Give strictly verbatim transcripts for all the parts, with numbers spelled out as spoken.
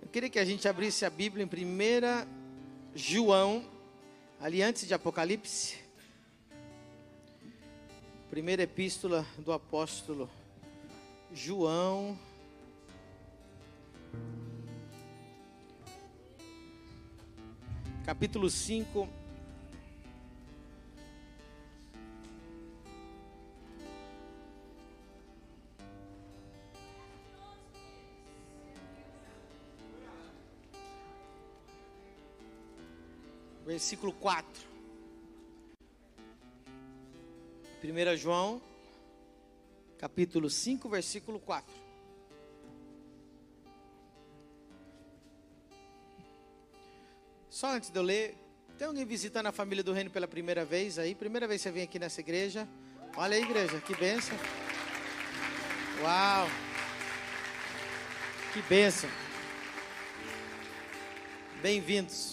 queria que a gente abrisse a Bíblia em primeira João, ali antes de Apocalipse. Primeira epístola do apóstolo João. Capítulo cinco. Versículo quatro. primeira João, capítulo cinco, versículo quatro. Só antes de eu ler, tem alguém visitando a família do Reino pela primeira vez aí? Primeira vez que você vem aqui nessa igreja? Olha aí, igreja, que bênção. Uau! Que bênção. Bem-vindos.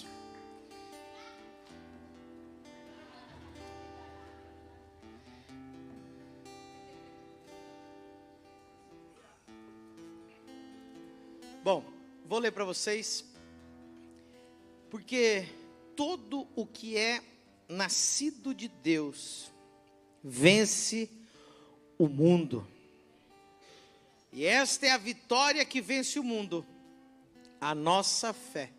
Bom, vou ler para vocês, porque todo o que é nascido de Deus vence o mundo. E esta é a vitória que vence o mundo, a nossa fé.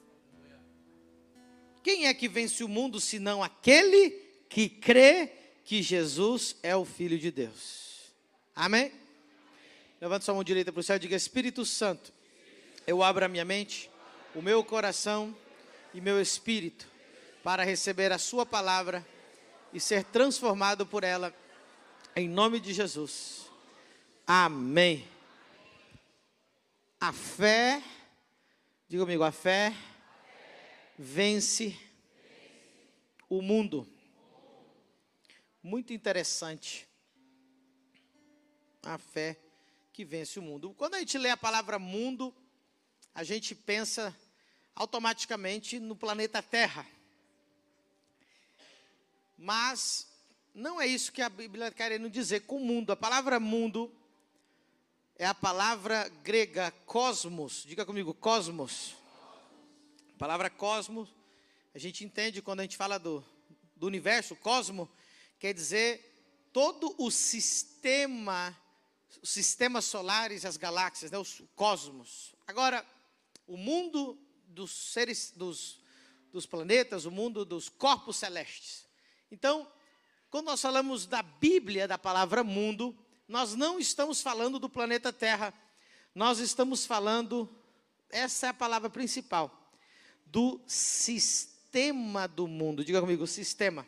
Quem é que vence o mundo, senão aquele que crê que Jesus é o Filho de Deus? Amém? Levante sua mão direita para o céu e diga: Espírito Santo, eu abro a minha mente, o meu coração e meu espírito para receber a sua palavra e ser transformado por ela, em nome de Jesus. Amém. A fé, diga comigo, a fé vence o mundo. Muito interessante. A fé que vence o mundo. Quando a gente lê a palavra mundo, a gente pensa automaticamente no planeta Terra. Mas não é isso que a Bíblia está querendo dizer com mundo. A palavra mundo é a palavra grega cosmos. Diga comigo, cosmos. A palavra cosmos, a gente entende quando a gente fala do, do universo, cosmo, quer dizer todo o sistema, os sistemas solares, as galáxias, né, os cosmos. Agora, o mundo dos seres, dos, dos planetas, o mundo dos corpos celestes. Então, quando nós falamos da Bíblia, da palavra mundo, nós não estamos falando do planeta Terra. Nós estamos falando, essa é a palavra principal, do sistema do mundo. Diga comigo, sistema.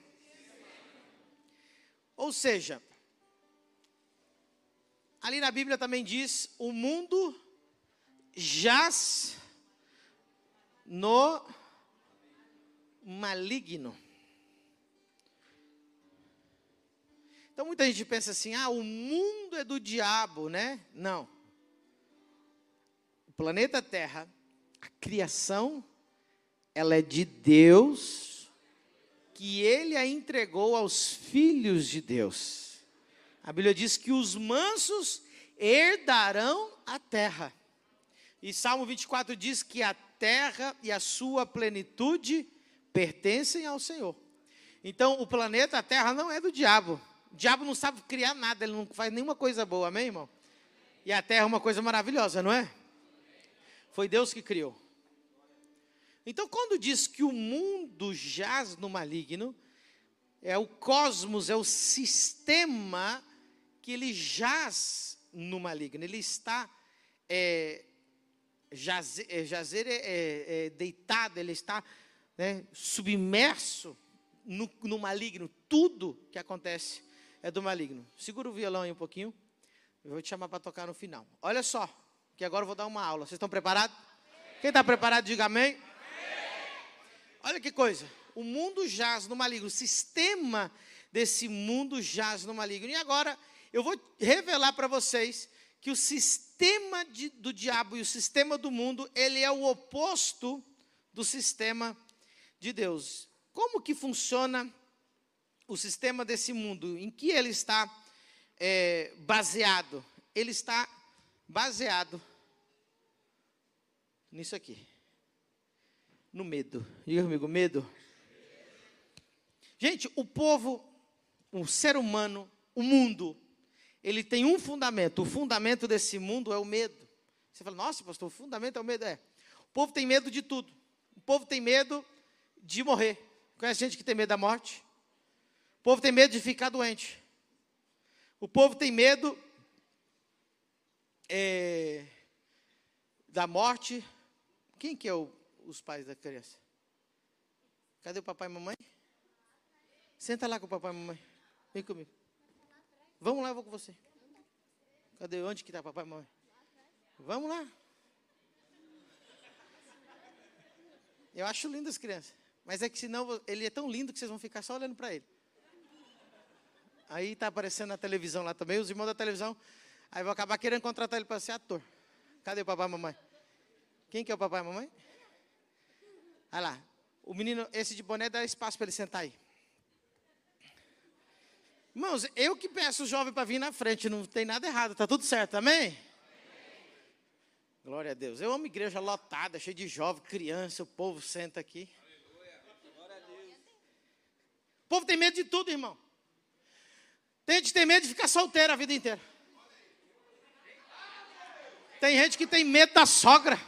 Ou seja, ali na Bíblia também diz, o mundo jaz no maligno. Então muita gente pensa assim, ah, o mundo é do diabo, né? Não. O planeta Terra, a criação, ela é de Deus, que Ele a entregou aos filhos de Deus. A Bíblia diz que os mansos herdarão a terra. E Salmo vinte e quatro diz que a terra e a sua plenitude pertencem ao Senhor. Então, o planeta, a terra, não é do diabo. O diabo não sabe criar nada, ele não faz nenhuma coisa boa, amém, irmão? E a terra é uma coisa maravilhosa, não é? Foi Deus que criou. Então, quando diz que o mundo jaz no maligno, é o cosmos, é o sistema que ele jaz no maligno. Ele está... É, Jazer, jazer é, é, é deitado, ele está, né, submerso no, no maligno. Tudo que acontece é do maligno. Segura o violão aí um pouquinho. Eu vou te chamar para tocar no final. Olha só, que agora eu vou dar uma aula. Vocês estão preparados? Quem está preparado, diga amém. Olha que coisa. O mundo jaz no maligno. O sistema desse mundo jaz no maligno. E agora eu vou revelar para vocês que o sistema de, do diabo e o sistema do mundo, ele é o oposto do sistema de Deus. Como que funciona o sistema desse mundo? Em que ele está é, baseado? Ele está baseado nisso aqui. No medo. Diga comigo, medo. Gente, o povo, o ser humano, o mundo, ele tem um fundamento. O fundamento desse mundo é o medo. Você fala, nossa, pastor, o fundamento é o medo. É. O povo tem medo de tudo. O povo tem medo de morrer. Conhece gente que tem medo da morte? O povo tem medo de ficar doente. O povo tem medo é, da morte. Quem que é o, os pais da criança? Cadê o papai e mamãe? Senta lá com o papai e mamãe. Vem comigo. Vamos lá, eu vou com você. Cadê? Onde que está papai e mamãe? Vamos lá. Eu acho lindo as crianças. Mas é que senão ele é tão lindo que vocês vão ficar só olhando para ele. Aí está aparecendo na televisão lá também, os irmãos da televisão. Aí vão acabar querendo contratar ele para ser ator. Cadê o papai e mamãe? Quem que é o papai e mamãe? Olha lá. O menino, esse de boné, dá espaço para ele sentar aí. Irmãos, eu que peço o jovem para vir na frente, não tem nada errado, está tudo certo, amém? Amém? Glória a Deus. Eu amo igreja lotada, cheia de jovem, criança, o povo senta aqui. Glória a Deus. O povo tem medo de tudo, irmão. Tem gente que tem medo de ficar solteiro a vida inteira. Tem gente que tem medo da sogra.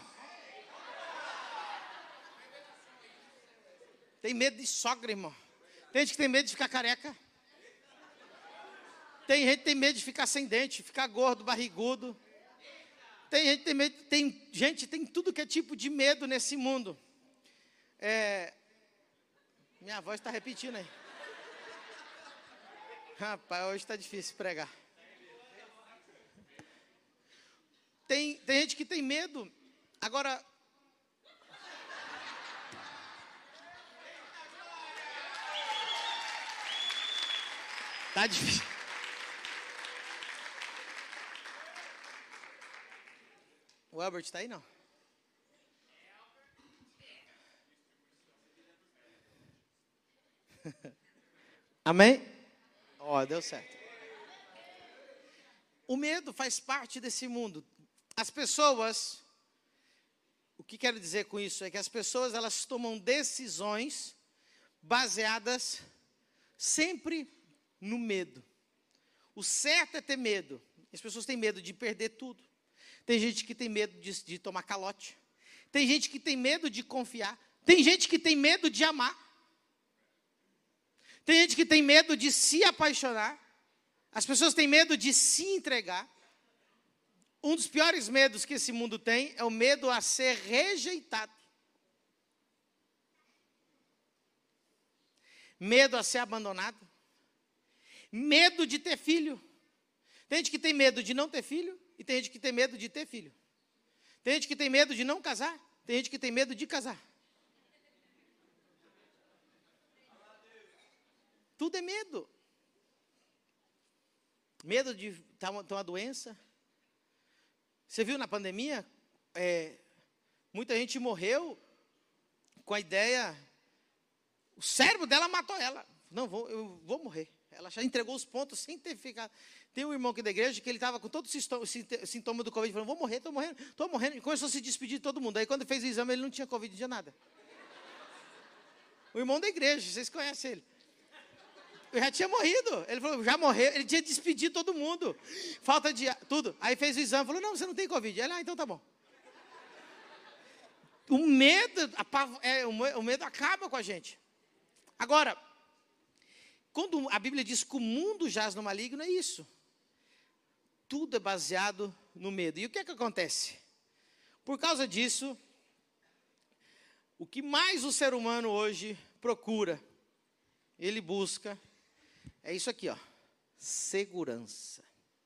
Tem medo de sogra, irmão. Tem gente que tem medo de ficar careca. Tem gente que tem medo de ficar sem dente, ficar gordo, barrigudo. Tem gente que tem medo, tem gente tem tudo que é tipo de medo nesse mundo. É, minha voz está repetindo aí. Rapaz, hoje está difícil pregar. Tem, tem gente que tem medo. Agora, tá difícil. O Albert está aí, não? Amém? Ó, oh, deu certo. O medo faz parte desse mundo. As pessoas, o que quero dizer com isso? É que as pessoas, elas tomam decisões baseadas sempre no medo. O certo é ter medo. As pessoas têm medo de perder tudo. Tem gente que tem medo de, de tomar calote. Tem gente que tem medo de confiar. Tem gente que tem medo de amar. Tem gente que tem medo de se apaixonar. As pessoas têm medo de se entregar. Um dos piores medos que esse mundo tem é o medo a ser rejeitado. Medo a ser abandonado. Medo de ter filho. Tem gente que tem medo de não ter filho. E tem gente que tem medo de ter filho. Tem gente que tem medo de não casar. Tem gente que tem medo de casar. Tudo é medo. Medo de ter uma, ter uma doença. Você viu na pandemia? É, muita gente morreu com a ideia... O cérebro dela matou ela. Não, vou, eu vou morrer. Ela já entregou os pontos sem ter ficado... Tem um irmão aqui da igreja que ele estava com todos os sintomas do Covid, falando, vou morrer, estou morrendo, estou morrendo. E começou a se despedir de todo mundo. Aí quando fez o exame, ele não tinha Covid, não tinha nada. O irmão da igreja, vocês conhecem ele. Eu já tinha morrido. Ele falou, já morreu. Ele tinha despedido todo mundo. Falta de tudo. Aí fez o exame, falou, não, você não tem Covid. Ele, ah, então tá bom. O medo, é, o medo acaba com a gente. Agora, quando a Bíblia diz que o mundo jaz no maligno, é isso. Tudo é baseado no medo. E o que é que acontece? Por causa disso, o que mais o ser humano hoje procura, ele busca, é isso aqui, ó, segurança.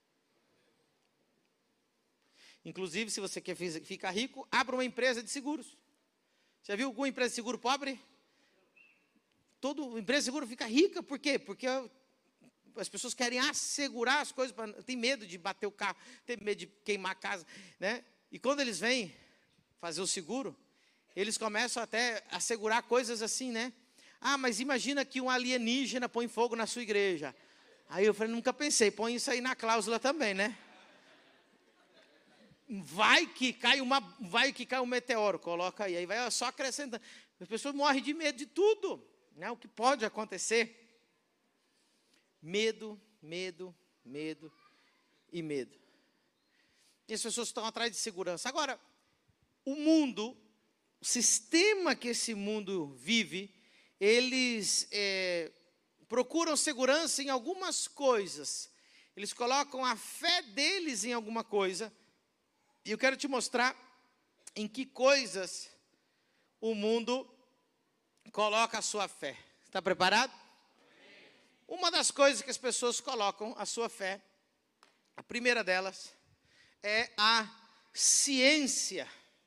Inclusive, se você quer ficar rico, abra uma empresa de seguros. Já viu alguma empresa de seguro pobre? Toda empresa de seguro fica rica, por quê? Porque as pessoas querem assegurar as coisas, tem medo de bater o carro, tem medo de queimar a casa, né? E quando eles vêm fazer o seguro, eles começam até a assegurar coisas assim, né? Ah, mas imagina que um alienígena põe fogo na sua igreja. Aí eu falei, nunca pensei, põe isso aí na cláusula também, né? vai que cai uma, vai que cai um meteoro, coloca aí, aí vai só acrescentando. As pessoas morrem de medo de tudo, né? O que pode acontecer? Medo, medo, medo e medo. E as pessoas estão atrás de segurança. Agora, o mundo, o sistema que esse mundo vive, eles é, procuram segurança em algumas coisas. Eles colocam a fé deles em alguma coisa. E eu quero te mostrar em que coisas o mundo coloca a sua fé. Está preparado? Uma das coisas que as pessoas colocam a sua fé, a primeira delas, é a ciência.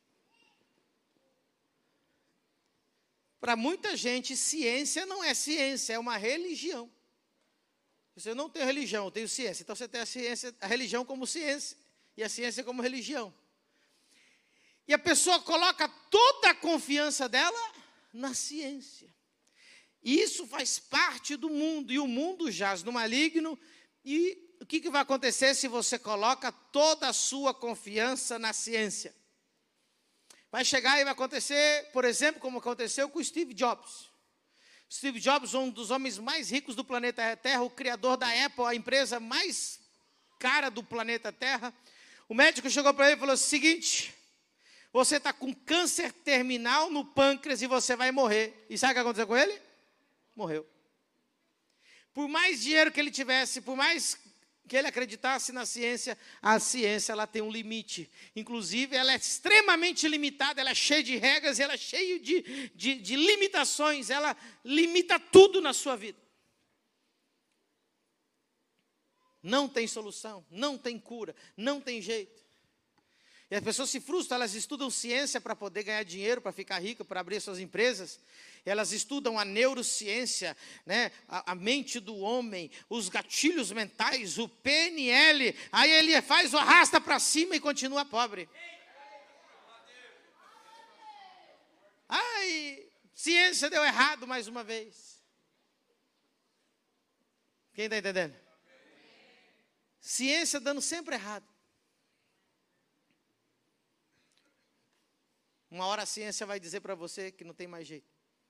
Para muita gente, ciência não é ciência, é uma religião. Você não tem religião, eu tenho ciência. Então você tem a ciência, a religião como ciência e a ciência como religião. E a pessoa coloca toda a confiança dela na ciência. E isso faz parte do mundo, e o mundo jaz no maligno. E o que, que vai acontecer se você coloca toda a sua confiança na ciência? Vai chegar e vai acontecer, por exemplo, como aconteceu com Steve Jobs. Steve Jobs, um dos homens mais ricos do planeta Terra, o criador da Apple, a empresa mais cara do planeta Terra. O médico chegou para ele e falou o seguinte: você está com câncer terminal no pâncreas e você vai morrer. E sabe o que aconteceu com ele? Morreu. Por mais dinheiro que ele tivesse, por mais que ele acreditasse na ciência, a ciência ela tem um limite. Inclusive, ela é extremamente limitada, ela é cheia de regras, ela é cheia de, de, de limitações, ela limita tudo na sua vida. Não tem solução, não tem cura, não tem jeito. E as pessoas se frustram, elas estudam ciência para poder ganhar dinheiro, para ficar rica, para abrir suas empresas. Elas estudam a neurociência, né? a, a mente do homem, os gatilhos mentais, o P N L. Aí ele faz o arrasta para cima e continua pobre. Ai, ciência deu errado mais uma vez. Quem está entendendo? Ciência dando sempre errado. Uma hora a ciência vai dizer para você que não tem mais jeito.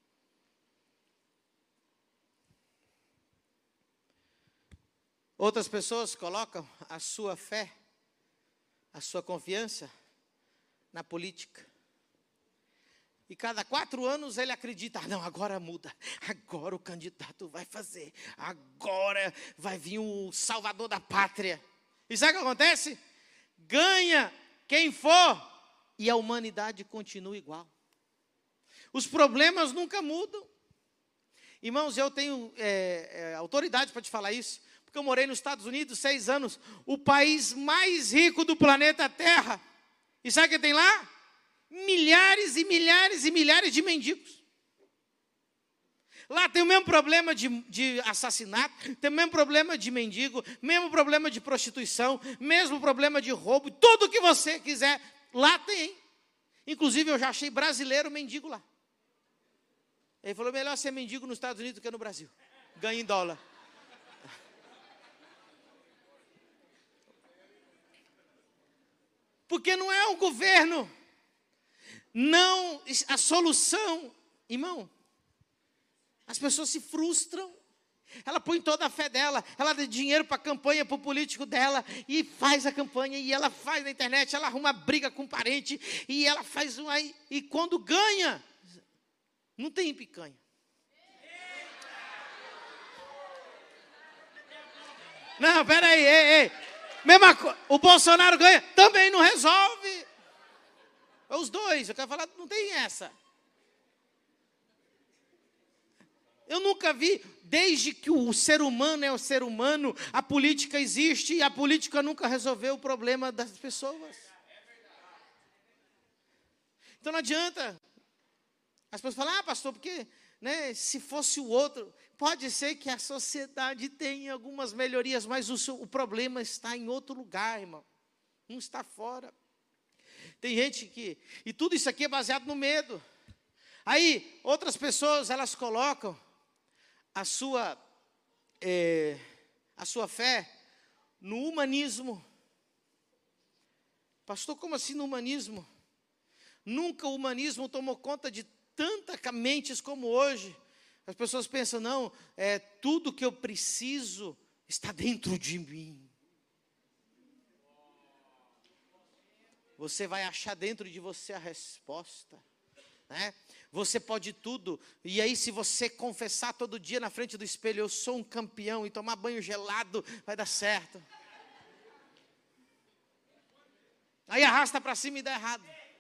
Outras pessoas colocam a sua fé, a sua confiança na política. E cada quatro anos ele acredita, ah, não, agora muda, agora o candidato vai fazer, agora vai vir o salvador da pátria. E sabe o que acontece? Ganha quem for e a humanidade continua igual. Os problemas nunca mudam. Irmãos, eu tenho é, é, autoridade para te falar isso, porque eu morei nos Estados Unidos seis anos, o país mais rico do planeta Terra. E sabe o que tem lá? Milhares e milhares e milhares de mendigos. Lá tem o mesmo problema de, de assassinato, tem o mesmo problema de mendigo, mesmo problema de prostituição, mesmo problema de roubo, tudo que você quiser, lá tem. Inclusive eu já achei brasileiro mendigo lá. Ele falou, melhor ser mendigo nos Estados Unidos do que no Brasil. Ganha em dólar. Porque não é o governo. Não, a solução, irmão, as pessoas se frustram, ela põe toda a fé dela, ela dá dinheiro para a campanha, para o político dela, e faz a campanha, e ela faz na internet, ela arruma briga com parente, e ela faz uma, e quando ganha, não tem picanha. Não, peraí, ei, ei, mesma coisa, o Bolsonaro ganha, também não resolve. Os dois, eu quero falar, não tem essa. Eu nunca vi, desde que o ser humano é o ser humano, a política existe e a política nunca resolveu o problema das pessoas. Então não adianta. As pessoas falam, ah, pastor, porque né, se fosse o outro, pode ser que a sociedade tenha algumas melhorias, mas o, seu, o problema está em outro lugar, irmão. Não está fora. Tem gente que, e tudo isso aqui é baseado no medo. Aí, outras pessoas, elas colocam a sua, é, a sua fé no humanismo. Pastor, como assim no humanismo? Nunca o humanismo tomou conta de tantas mentes como hoje. As pessoas pensam, não, é, tudo que eu preciso está dentro de mim. Você vai achar dentro de você a resposta, né? Você pode tudo, e aí se você confessar todo dia na frente do espelho, eu sou um campeão, e tomar banho gelado, vai dar certo. Aí arrasta para cima e dá errado.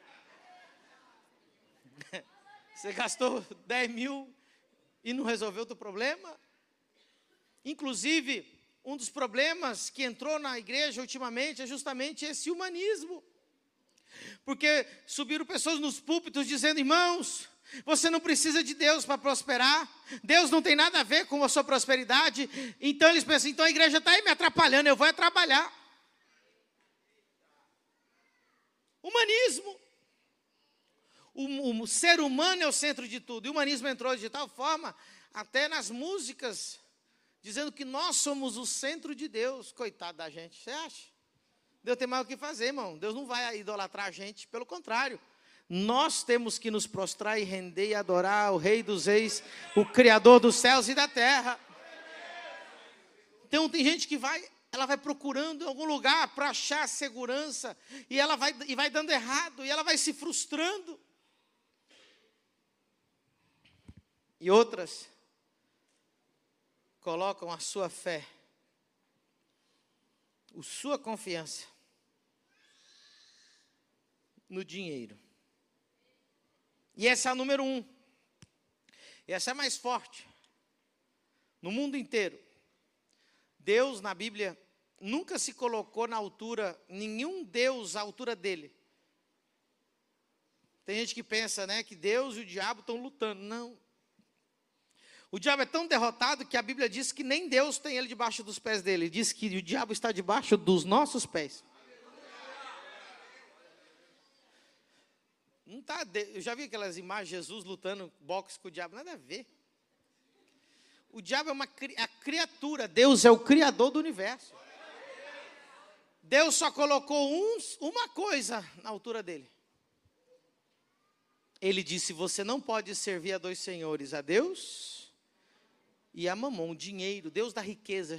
Você gastou dez mil e não resolveu o teu problema. Inclusive, um dos problemas que entrou na igreja ultimamente é justamente esse humanismo. Porque subiram pessoas nos púlpitos dizendo, irmãos, você não precisa de Deus para prosperar. Deus não tem nada a ver com a sua prosperidade. Então eles pensam, então a igreja está aí me atrapalhando, eu vou é trabalhar. Humanismo. O, o ser humano é o centro de tudo. E o humanismo entrou de tal forma, até nas músicas, dizendo que nós somos o centro de Deus. Coitado da gente, você acha? Deus tem mais o que fazer, irmão. Deus não vai idolatrar a gente, pelo contrário. Nós temos que nos prostrar e render e adorar o Rei dos Reis, o Criador dos céus e da terra. Então tem gente que vai, ela vai procurando em algum lugar para achar segurança, e ela vai, e vai dando errado, e ela vai se frustrando. E outras colocam a sua fé, a sua confiança no dinheiro. E essa é a número um. E essa é a mais forte. No mundo inteiro. Deus, na Bíblia, nunca se colocou na altura, nenhum Deus à altura dele. Tem gente que pensa, né, que Deus e o diabo estão lutando. Não. O diabo é tão derrotado que a Bíblia diz que nem Deus tem ele debaixo dos pés dele. Diz que o diabo está debaixo dos nossos pés. Não tá de... Eu já vi aquelas imagens de Jesus lutando boxe com o diabo. Nada a ver. O diabo é uma cri... a criatura. Deus é o criador do universo. Deus só colocou uns, uma coisa na altura dele. Ele disse, você não pode servir a dois senhores, a Deus e a mamon, o dinheiro, Deus da riqueza.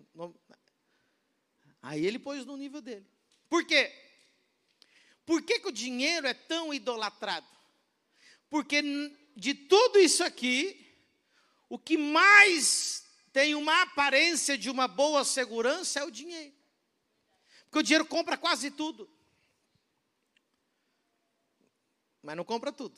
Aí ele pôs no nível dele. Por quê? Por que que o dinheiro é tão idolatrado? Porque de tudo isso aqui, o que mais tem uma aparência de uma boa segurança é o dinheiro. Porque o dinheiro compra quase tudo. Mas não compra tudo.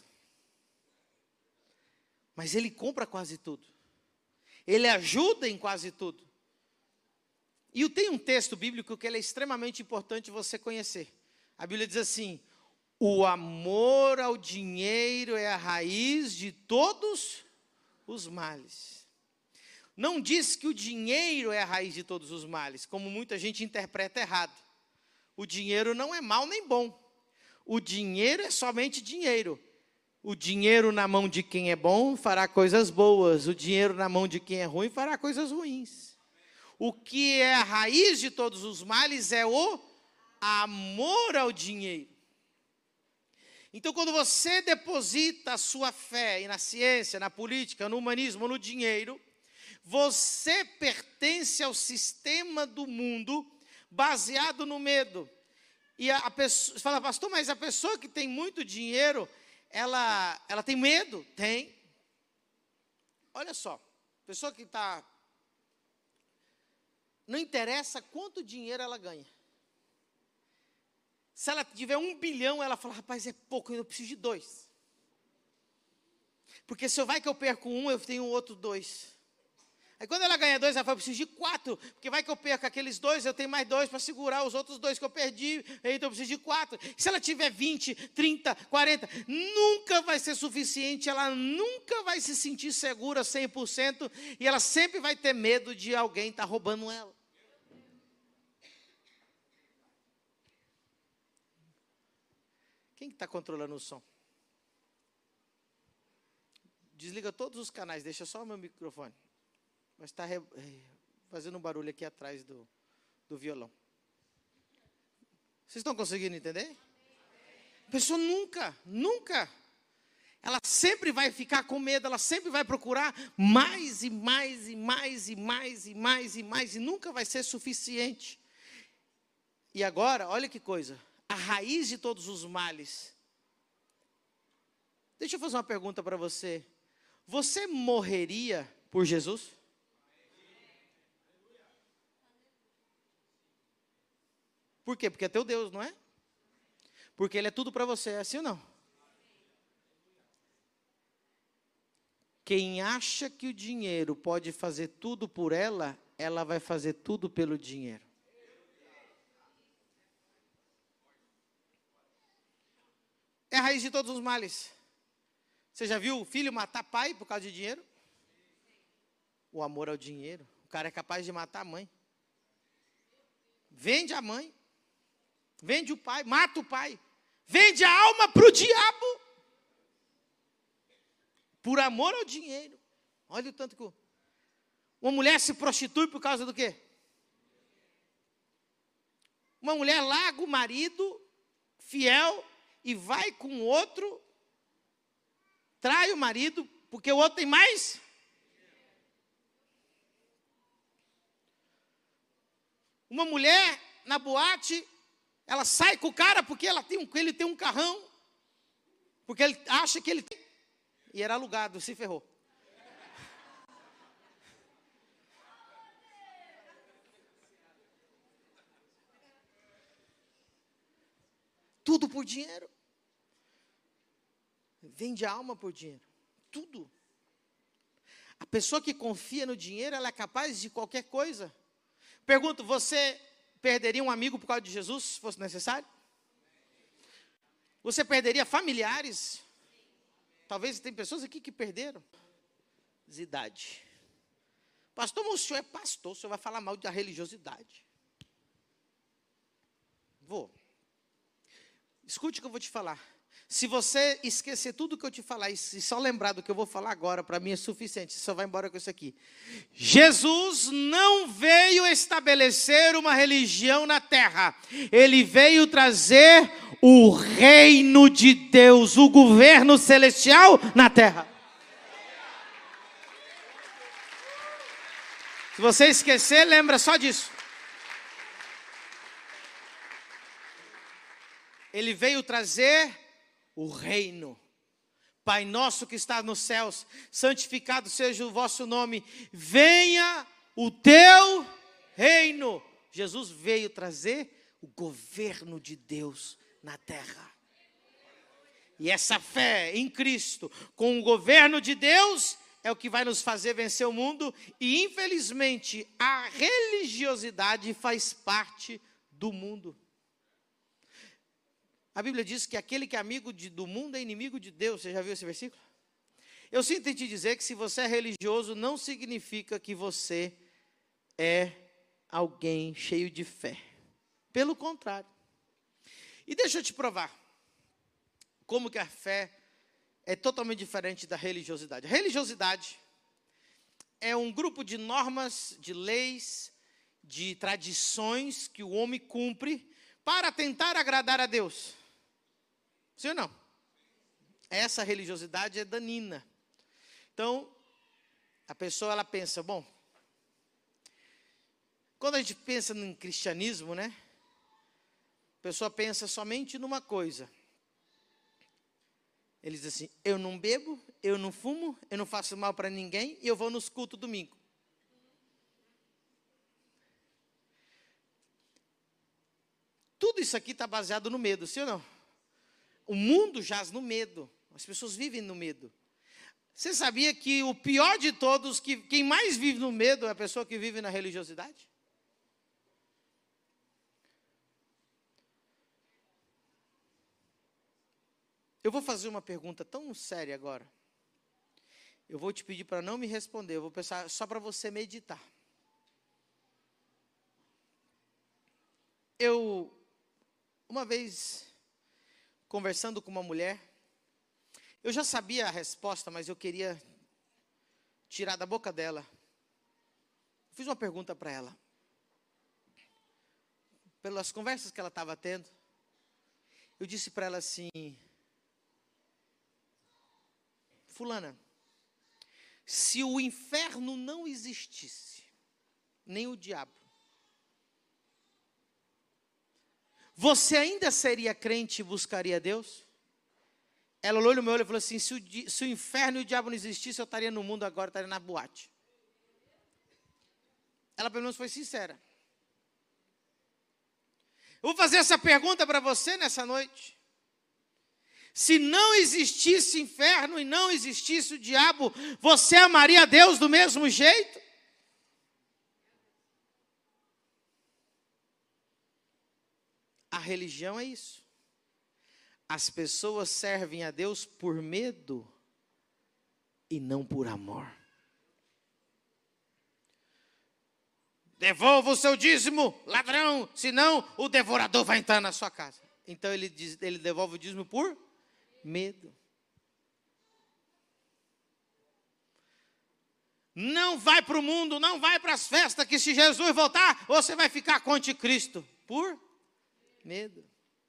Mas ele compra quase tudo. Ele ajuda em quase tudo. E tem um texto bíblico que ele é extremamente importante você conhecer. A Bíblia diz assim, o amor ao dinheiro é a raiz de todos os males. Não diz que o dinheiro é a raiz de todos os males, como muita gente interpreta errado. O dinheiro não é mal nem bom. O dinheiro é somente dinheiro. O dinheiro na mão de quem é bom fará coisas boas. O dinheiro na mão de quem é ruim fará coisas ruins. O que é a raiz de todos os males é o amor ao dinheiro. Então, quando você deposita a sua fé na ciência, na política, no humanismo, no dinheiro, você pertence ao sistema do mundo baseado no medo. E a, a pessoa, você fala, pastor, mas a pessoa que tem muito dinheiro, ela, ela tem medo? Tem. Olha só, pessoa que está... Não interessa quanto dinheiro ela ganha. Se ela tiver um bilhão, ela fala, rapaz, é pouco, eu preciso de dois. Porque se eu vai que eu perco um, eu tenho outro dois. Aí quando ela ganha dois, ela fala, eu preciso de quatro. Porque vai que eu perco aqueles dois, eu tenho mais dois para segurar os outros dois que eu perdi. Então eu preciso de quatro. Se ela tiver vinte, trinta, quarenta, nunca vai ser suficiente. Ela nunca vai se sentir segura cem por cento. E ela sempre vai ter medo de alguém estar roubando ela. Quem está controlando o som? Desliga todos os canais, deixa só o meu microfone. Mas está fazendo um barulho aqui atrás do, do violão. Vocês estão conseguindo entender? A pessoa nunca, nunca, ela sempre vai ficar com medo, ela sempre vai procurar mais e mais e mais e mais e mais e mais e nunca vai ser suficiente. E agora, olha que coisa, a raiz de todos os males. Deixa eu fazer uma pergunta para você. Você morreria por Jesus? Por quê? Porque é teu Deus, não é? Porque Ele é tudo para você, é assim ou não? Quem acha que o dinheiro pode fazer tudo por ela, ela vai fazer tudo pelo dinheiro. É a raiz de todos os males. Você já viu o filho matar pai por causa de dinheiro? O amor ao dinheiro. O cara é capaz de matar a mãe. Vende a mãe. Vende o pai, mata o pai. Vende a alma para o diabo. Por amor ao dinheiro. Olha o tanto que... Uma mulher se prostitui por causa do quê? Uma mulher larga o marido fiel e vai com outro, trai o marido, porque o outro tem mais. Uma mulher na boate, ela sai com o cara porque ela tem um, ele tem um carrão, porque ele acha que ele tem, e era alugado, se ferrou. Tudo por dinheiro. Vende a alma por dinheiro. Tudo. A pessoa que confia no dinheiro, ela é capaz de qualquer coisa. Pergunto, você perderia um amigo por causa de Jesus, se fosse necessário? Você perderia familiares? Talvez tem pessoas aqui que perderam. Idade. Pastor, mas o senhor é pastor, o senhor vai falar mal da religiosidade. Vou. Escute o que eu vou te falar. Se você esquecer tudo o que eu te falar e só lembrar do que eu vou falar agora, para mim é suficiente. Você só vai embora com isso aqui. Jesus não veio estabelecer uma religião na terra. Ele veio trazer o reino de Deus, o governo celestial na terra. Se você esquecer, lembra só disso. Ele veio trazer o reino. Pai nosso que está nos céus, santificado seja o vosso nome. Venha o teu reino. Jesus veio trazer o governo de Deus na terra. E essa fé em Cristo, com o governo de Deus, é o que vai nos fazer vencer o mundo. E infelizmente, a religiosidade faz parte do mundo. A Bíblia diz que aquele que é amigo de, do mundo é inimigo de Deus. Você já viu esse versículo? Eu sinto em te dizer que se você é religioso, não significa que você é alguém cheio de fé. Pelo contrário. E deixa eu te provar como que a fé é totalmente diferente da religiosidade. A religiosidade é um grupo de normas, de leis, de tradições que o homem cumpre para tentar agradar a Deus. Sim ou não? Essa religiosidade é danina. Então, a pessoa ela pensa, bom, quando a gente pensa no cristianismo, né? A pessoa pensa somente numa coisa. Ele diz assim, eu não bebo, eu não fumo, eu não faço mal para ninguém e eu vou nos cultos domingo. Tudo isso aqui está baseado no medo, sim ou não? O mundo jaz no medo. As pessoas vivem no medo. Você sabia que o pior de todos, que quem mais vive no medo é a pessoa que vive na religiosidade? Eu vou fazer uma pergunta tão séria agora. Eu vou te pedir para não me responder. Eu vou pensar só para você meditar. Eu, uma vez, conversando com uma mulher, eu já sabia a resposta, mas eu queria tirar da boca dela. Fiz uma pergunta para ela. Pelas conversas que ela estava tendo, Eu disse para ela assim: fulana, se o inferno não existisse, nem o diabo, você ainda seria crente e buscaria Deus? Ela olhou no meu olho e falou assim: se o, se o inferno e o diabo não existissem, eu estaria no mundo agora, estaria na boate. Ela pelo menos foi sincera. Eu vou fazer essa pergunta para você nessa noite. Se não existisse inferno e não existisse o diabo, você amaria a Deus do mesmo jeito? A religião é isso. As pessoas servem a Deus por medo e não por amor. Devolva o seu dízimo, ladrão, senão o devorador vai entrar na sua casa. Então ele, diz, ele devolve o dízimo por medo. Não vai para o mundo, não vai para as festas, que se Jesus voltar, você vai ficar com o anticristo. Por medo.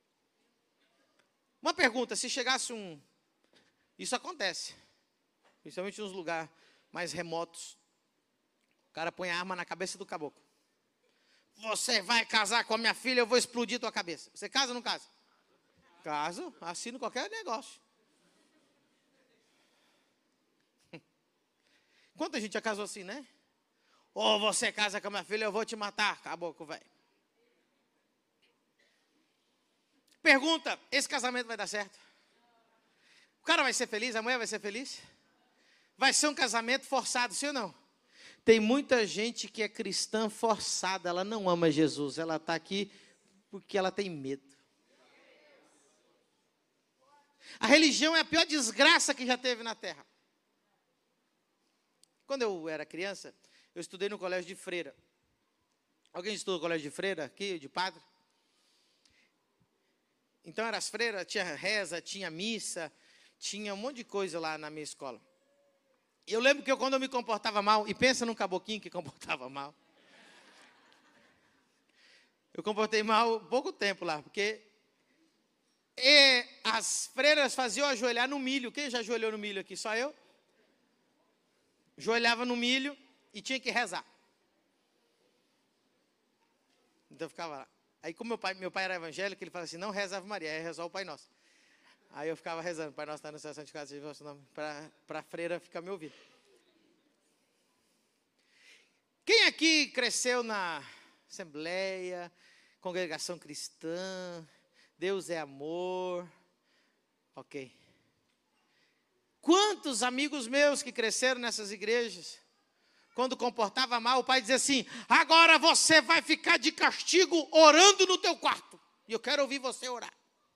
Uma pergunta: se chegasse um... Isso acontece, principalmente nos lugares mais remotos. O cara põe a arma na cabeça do caboclo. Você vai casar com a minha filha, eu vou explodir tua cabeça. Você casa ou não casa? Caso, assino qualquer negócio. Quanta gente já casou assim, né? Ou você casa com a minha filha, eu vou te matar, caboclo, velho. Pergunta: esse casamento vai dar certo? O cara vai ser feliz? A mulher vai ser feliz? Vai ser um casamento forçado, sim ou não? Tem muita gente que é cristã forçada, ela não ama Jesus, ela está aqui porque ela tem medo. A religião é a pior desgraça que já teve na terra. Quando eu era criança, eu estudei no colégio de freira. Alguém estudou no colégio de freira aqui, de padre? Então eram as freiras, tinha reza, tinha missa, tinha um monte de coisa lá na minha escola. Eu lembro que eu, quando eu me comportava mal, e pensa num caboquinho que comportava mal. Eu comportei mal pouco tempo lá, porque e as freiras faziam ajoelhar no milho. Quem já ajoelhou no milho aqui? Só eu? Ajoelhava no milho e tinha que rezar. Então eu ficava lá. Aí como meu pai, meu pai era evangélico, ele falava assim: não reza Ave Maria, é rezar o Pai Nosso. Aí eu ficava rezando: Pai Nosso está no céu, santificado seja o vosso nome, para a freira ficar me ouvindo. Quem aqui cresceu na Assembleia, congregação cristã, Deus é amor? Ok. Quantos amigos meus que cresceram nessas igrejas, quando comportava mal, o pai dizia assim: agora você vai ficar de castigo orando no teu quarto. E eu quero ouvir você orar.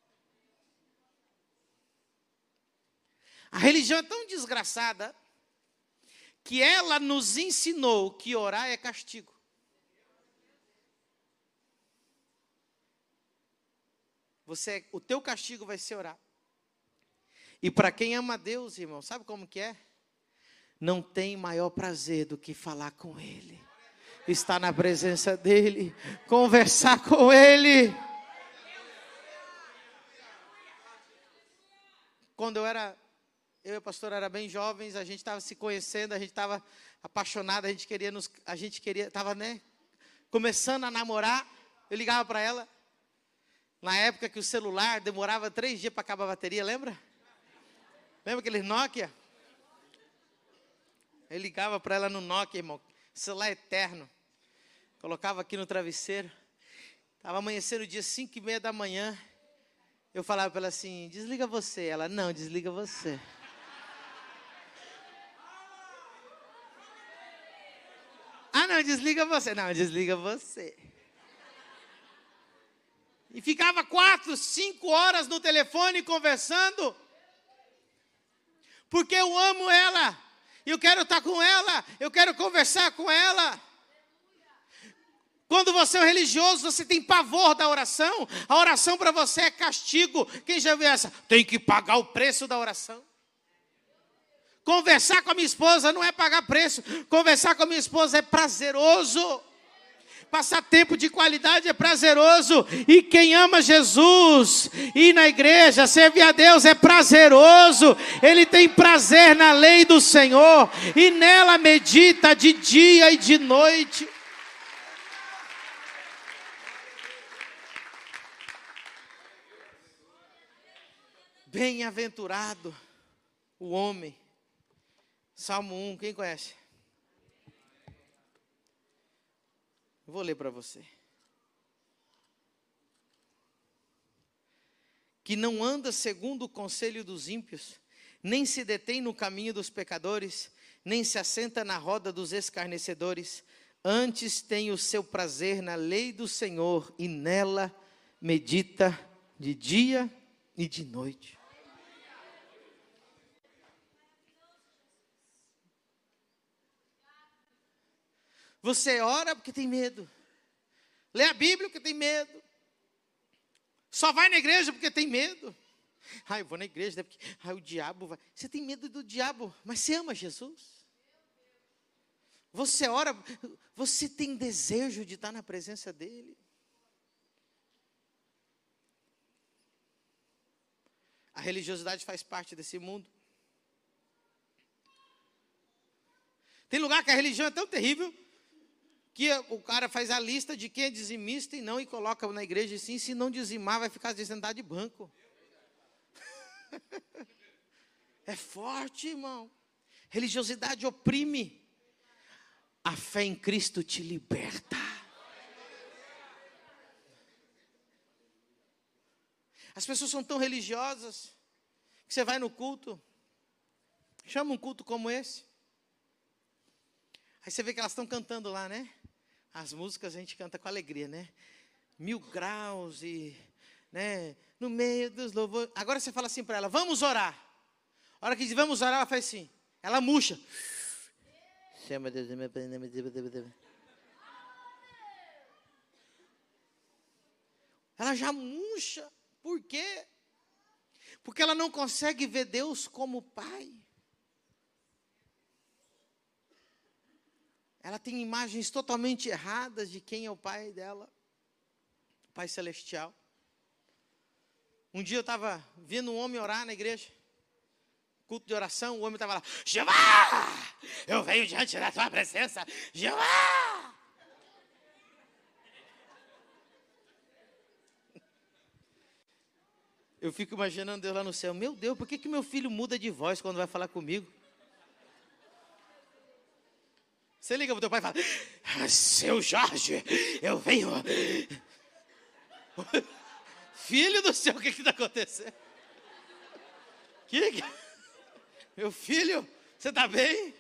A religião é tão desgraçada que ela nos ensinou que orar é castigo. Você, o teu castigo vai ser orar. E para quem ama Deus, irmão, sabe como que é? Não tem maior prazer do que falar com Ele, estar na presença dEle, conversar com Ele. Quando eu era, eu e o pastor era bem jovens, a gente estava se conhecendo, a gente estava apaixonado, a gente queria, nos, a gente queria, estava, né, começando a namorar. Eu ligava para ela, na época que o celular demorava três dias para acabar a bateria, lembra? Lembra aquele Nokia? Eu ligava para ela no Nokia, irmão, celular eterno. Colocava aqui no travesseiro. Estava amanhecendo o dia cinco e meia da manhã. Eu falava para ela assim: desliga você. Ela: não, desliga você. Ah, não, desliga você. Não, desliga você. E ficava quatro, cinco horas no telefone conversando. Porque eu amo ela. Eu quero estar com ela. Eu quero conversar com ela. Quando você é um religioso, você tem pavor da oração. A oração para você é castigo. Quem já viu essa? Tem que pagar o preço da oração. Conversar com a minha esposa não é pagar preço. Conversar com a minha esposa é prazeroso. Passar tempo de qualidade é prazeroso. E quem ama Jesus, ir na igreja, servir a Deus é prazeroso. Ele tem prazer na lei do Senhor. E nela medita de dia e de noite. Bem-aventurado o homem. Salmo um, quem conhece? Vou ler para você. Que não anda segundo o conselho dos ímpios, nem se detém no caminho dos pecadores, nem se assenta na roda dos escarnecedores. Antes tem o seu prazer na lei do Senhor, e nela medita de dia e de noite. Você ora porque tem medo. Lê a Bíblia porque tem medo. Só vai na igreja porque tem medo. Ah, eu vou na igreja né, porque ah, o diabo vai. Você tem medo do diabo, mas você ama Jesus. Você ora, você tem desejo de estar na presença dEle. A religiosidade faz parte desse mundo. Tem lugar que a religião é tão terrível que o cara faz a lista de quem é dizimista e não, e coloca na igreja assim, se não dizimar, vai ficar sentado de banco. É forte, irmão. Religiosidade oprime. A fé em Cristo te liberta. As pessoas são tão religiosas que você vai no culto, chama um culto como esse, aí você vê que elas estão cantando lá, né? As músicas a gente canta com alegria, né? Mil graus e, né? No meio dos louvores. Agora você fala assim para ela, vamos orar. A hora que diz vamos orar, ela faz assim. Ela murcha. Ela já murcha. Por quê? Porque ela não consegue ver Deus como Pai. Ela tem imagens totalmente erradas de quem é o pai dela. Pai Celestial. Um dia eu estava vendo um homem orar na igreja. Culto de oração, o homem estava lá. Jeová! Eu venho diante da tua presença. Jeová! Eu fico imaginando Deus lá no céu. Meu Deus, por que que meu filho muda de voz quando vai falar comigo? Você liga para o teu pai e fala, ah, seu Jorge, eu venho. Filho do céu, o que está acontecendo? Que, que... Meu filho, você está bem?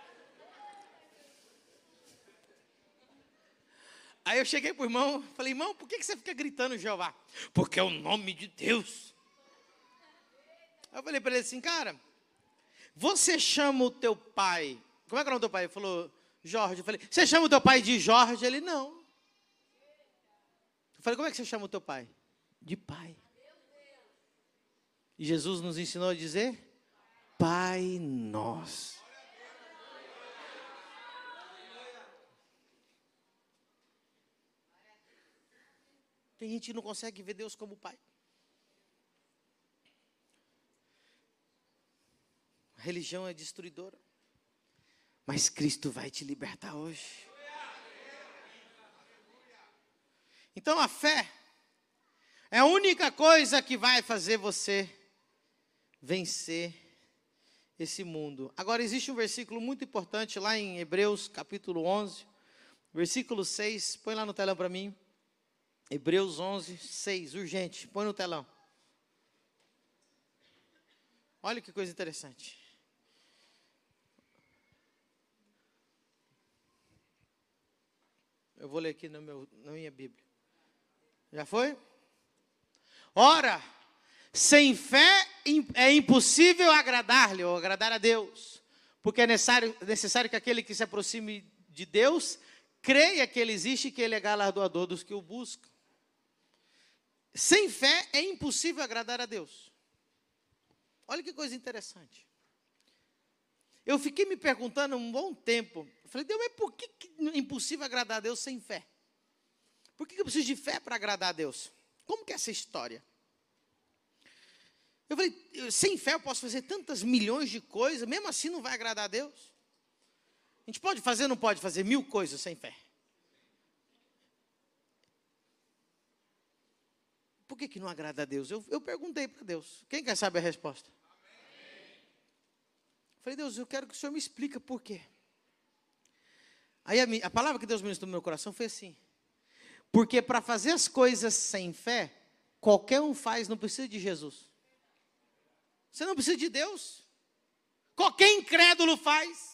Aí eu cheguei para o irmão, falei, irmão, por que, que você fica gritando Jeová? Porque é o nome de Deus. Aí eu falei para ele assim, cara, você chama o teu pai, como é que é o nome do teu pai? Ele falou, Jorge. Eu falei, você chama o teu pai de Jorge? Ele, não. Eu falei, como é que você chama o teu pai? De pai. E Jesus nos ensinou a dizer, Pai Nosso. Tem gente que não consegue ver Deus como Pai. A religião é destruidora. Mas Cristo vai te libertar hoje. Então a fé é a única coisa que vai fazer você vencer esse mundo. Agora existe um versículo muito importante lá em Hebreus capítulo onze, versículo seis, põe lá no telão para mim. Hebreus onze, seis, urgente, põe no telão. Olha que coisa interessante. Eu vou ler aqui no meu, na minha Bíblia. Já foi? Ora, sem fé é impossível agradar-lhe ou agradar a Deus. Porque é necessário, necessário que aquele que se aproxime de Deus creia que Ele existe e que Ele é galardoador dos que o buscam. Sem fé é impossível agradar a Deus. Olha que coisa interessante. Eu fiquei me perguntando um bom tempo. Eu falei, Deus, mas por que é impossível agradar a Deus sem fé? Por que eu preciso de fé para agradar a Deus? Como que é essa história? Eu falei, sem fé eu posso fazer tantas milhões de coisas, mesmo assim não vai agradar a Deus? A gente pode fazer ou não pode fazer mil coisas sem fé? Por que que não agrada a Deus? Eu, eu perguntei para Deus. Quem quer saber a resposta? Eu falei, Deus, eu quero que o Senhor me explique por quê. Aí a, a palavra que Deus ministrou no meu coração foi assim. Porque para fazer as coisas sem fé, qualquer um faz, não precisa de Jesus. Você não precisa de Deus. Qualquer incrédulo faz.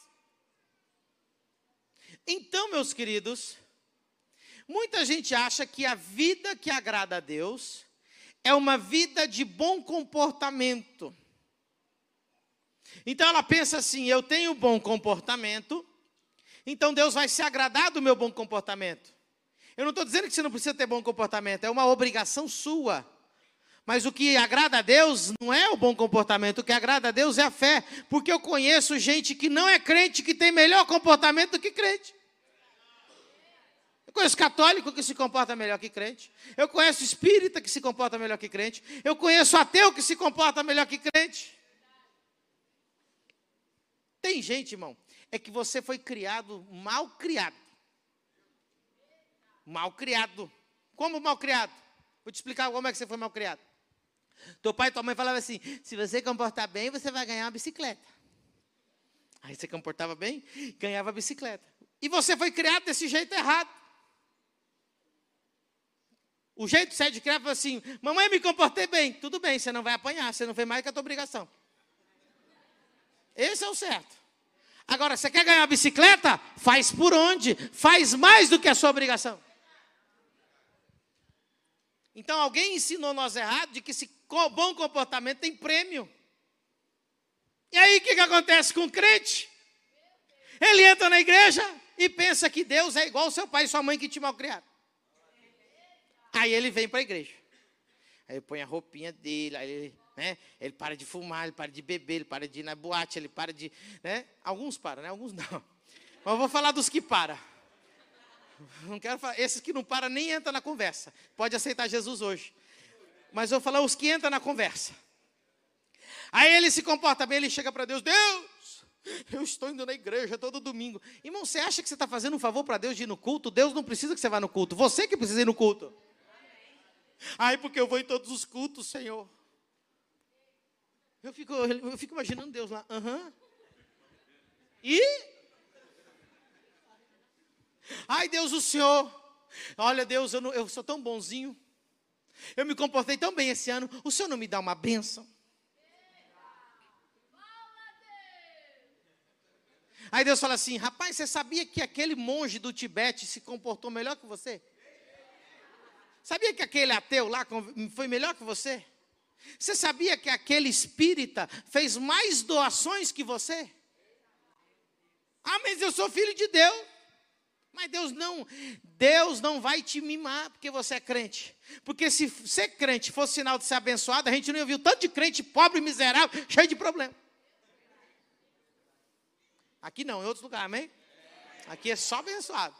Então, meus queridos, muita gente acha que a vida que agrada a Deus é uma vida de bom comportamento. Então ela pensa assim, eu tenho bom comportamento, então Deus vai se agradar do meu bom comportamento. Eu não estou dizendo que você não precisa ter bom comportamento, é uma obrigação sua. Mas o que agrada a Deus não é o bom comportamento, o que agrada a Deus é a fé. Porque eu conheço gente que não é crente, que tem melhor comportamento do que crente. Eu conheço católico que se comporta melhor que crente. Eu conheço espírita que se comporta melhor que crente. Eu conheço ateu que se comporta melhor que crente. Tem gente, irmão, é que você foi criado, mal criado. Mal criado. Como mal criado? Vou te explicar como é que você foi mal criado. Teu pai e tua mãe falavam assim, se você comportar bem, você vai ganhar uma bicicleta. Aí você comportava bem, ganhava a bicicleta. E você foi criado desse jeito errado. O jeito certo de criar foi assim, mamãe, me comportei bem. Tudo bem, você não vai apanhar, você não fez mais que a tua obrigação. Esse é o certo. Agora, você quer ganhar a bicicleta? Faz por onde? Faz mais do que a sua obrigação. Então, alguém ensinou nós errado de que esse bom comportamento tem prêmio. E aí, o que, que acontece com o crente? Ele entra na igreja e pensa que Deus é igual ao seu pai e sua mãe que te malcriaram. Aí ele vem para a igreja. Aí ele põe a roupinha dele, aí ele, né, ele para de fumar, ele para de beber, ele para de ir na boate, ele para de... Né, alguns param, né, alguns não. Mas eu vou falar dos que param. Não quero falar, esses que não param nem entram na conversa. Pode aceitar Jesus hoje. Mas eu vou falar os que entram na conversa. Aí ele se comporta bem, ele chega para Deus. Deus, eu estou indo na igreja todo domingo. Irmão, você acha que você está fazendo um favor para Deus de ir no culto? Deus não precisa que você vá no culto. Você que precisa ir no culto. Ai, porque eu vou em todos os cultos, Senhor. Eu fico, eu fico imaginando Deus lá. Aham. Uhum. E... Ai, Deus, o Senhor, olha, Deus, eu, não, eu sou tão bonzinho, eu me comportei tão bem esse ano, o Senhor não me dá uma bênção? Aí Deus fala assim, rapaz, você sabia que aquele monge do Tibete se comportou melhor que você? Sabia que aquele ateu lá foi melhor que você? Você sabia que aquele espírita fez mais doações que você? Ah, mas eu sou filho de Deus. Mas Deus não, Deus não vai te mimar porque você é crente. Porque se ser crente fosse sinal de ser abençoado, a gente não ia ver tanto de crente pobre, miserável, cheio de problema. Aqui não, em outros lugares, amém? Aqui é só abençoado.